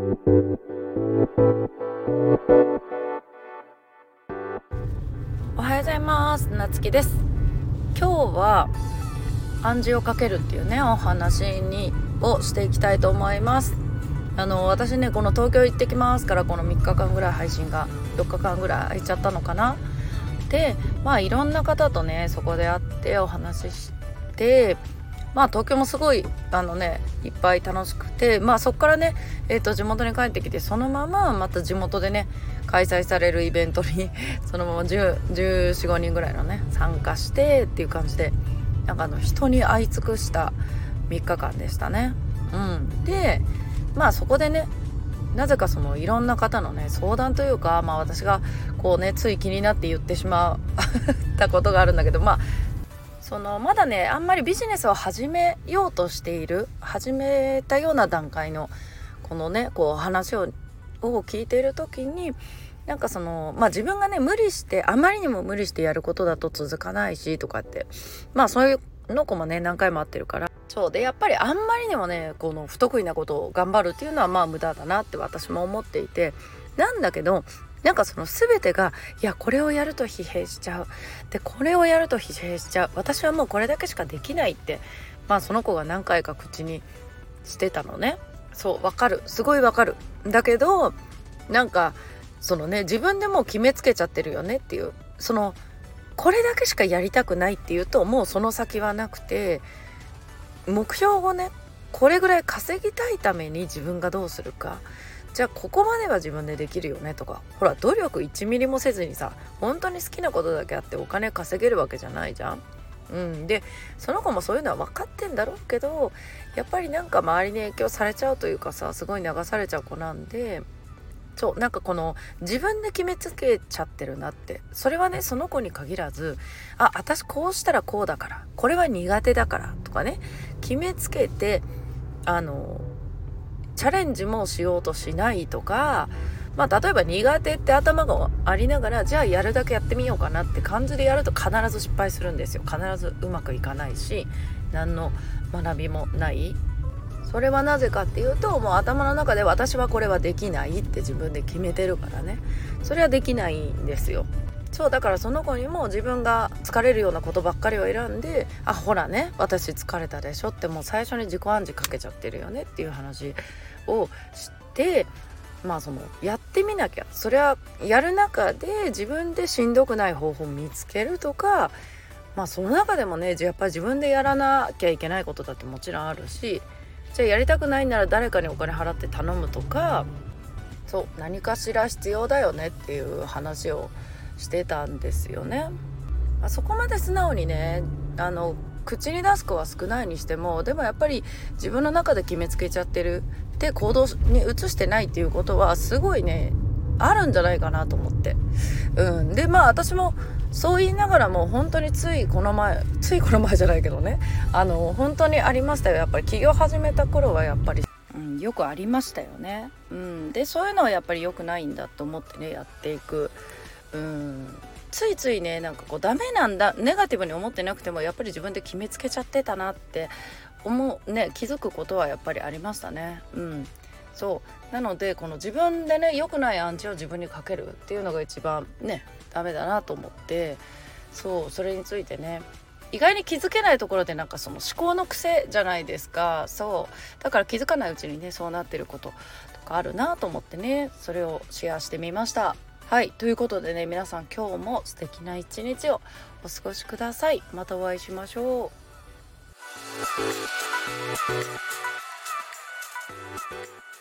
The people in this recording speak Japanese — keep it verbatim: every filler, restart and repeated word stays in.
おはようございます。なつきです。今日は暗示をかけるっていうねお話にをしていきたいと思います。あの私ねこの東京行ってきますからこのみっかかんぐらい配信がよっかかんぐらい空いちゃったのかな。でまあいろんな方とねそこで会ってお話ししてまあ東京もすごいあのねいっぱい楽しくて、まあそこからねえっ、ー、と地元に帰ってきてそのまままた地元でね開催されるイベントにそのままじゅう、じゅうよん、ごにんぐらいのね参加してっていう感じでなんかあの人に会い尽くしたみっかかんでしたね。うん、でまあそこでねなぜかそのいろんな方のね相談というか、まあ私がこうねつい気になって言ってしまったことがあるんだけど、まあそのまだねあんまりビジネスを始めようとしている始めたような段階のこのねこう話をを聞いている時になんかそのまあ自分がね無理してあまりにも無理してやることだと続かないしとかってまあそういうの子もね何回も会ってるからそうでやっぱりあんまりにもねこの不得意なことを頑張るっていうのはまあ無駄だなって私も思っていてなんだけどなんかその全てがいやこれをやると疲弊しちゃうでこれをやると疲弊しちゃう私はもうこれだけしかできないってまあその子が何回か口にしてたのね。そうわかるすごいわかるだけどなんかそのね自分でもう決めつけちゃってるよねっていうそのこれだけしかやりたくないっていうともうその先はなくて目標をねこれぐらい稼ぎたいために自分がどうするかじゃあここまでは自分でできるよねとかほら努力いちミリもせずにさ本当に好きなことだけあってお金稼げるわけじゃないじゃん。うん、でその子もそういうのは分かってんだろうけどやっぱりなんか周りに影響されちゃうというかさすごい流されちゃう子なんでそうなんかこの自分で決めつけちゃってるなってそれはねその子に限らずあ私こうしたらこうだからこれは苦手だからとかね決めつけてあのチャレンジもしようとしないとかまあ例えば苦手って頭がありながらじゃあやるだけやってみようかなって感じでやると必ず失敗するんですよ。必ずうまくいかないし何の学びもない。それはなぜかっていうともう頭の中で私はこれはできないって自分で決めてるからねそれはできないんですよ。そうだからその子にも自分が疲れるようなことばっかりを選んであほらね私疲れたでしょってもう最初に自己暗示かけちゃってるよねっていう話をしてまあそのやってみなきゃそれはやる中で自分でしんどくない方法を見つけるとかまあその中でもねやっぱり自分でやらなきゃいけないことだってもちろんあるしじゃあやりたくないなら誰かにお金払って頼むとかそう何かしら必要だよねっていう話をしてたんですよね。あそこまで素直にねあの口に出す子は少ないにしてもでもやっぱり自分の中で決めつけちゃってるで行動に移してないっていうことはすごいねあるんじゃないかなと思って、うん、でまあ私もそう言いながらも本当についこの前ついこの前じゃないけどねあの本当にありましたよ。やっぱり起業始めた頃はやっぱり、うん、よくありましたよね、うん、でそういうのはやっぱり良くないんだと思ってねやっていく、うん、ついついねなんかこうダメなんだネガティブに思ってなくてもやっぱり自分で決めつけちゃってたなって思うね気づくことはやっぱりありましたね。うんそうなのでこの自分でね良くない暗示を自分にかけるっていうのが一番ねダメだなと思ってそうそれについてね意外に気づけないところでなんかその思考の癖じゃないですか。そうだから気づかないうちにねそうなってることとかあるなと思ってねそれをシェアしてみました。はいということでね皆さん今日も素敵な一日をお過ごしください。またお会いしましょう。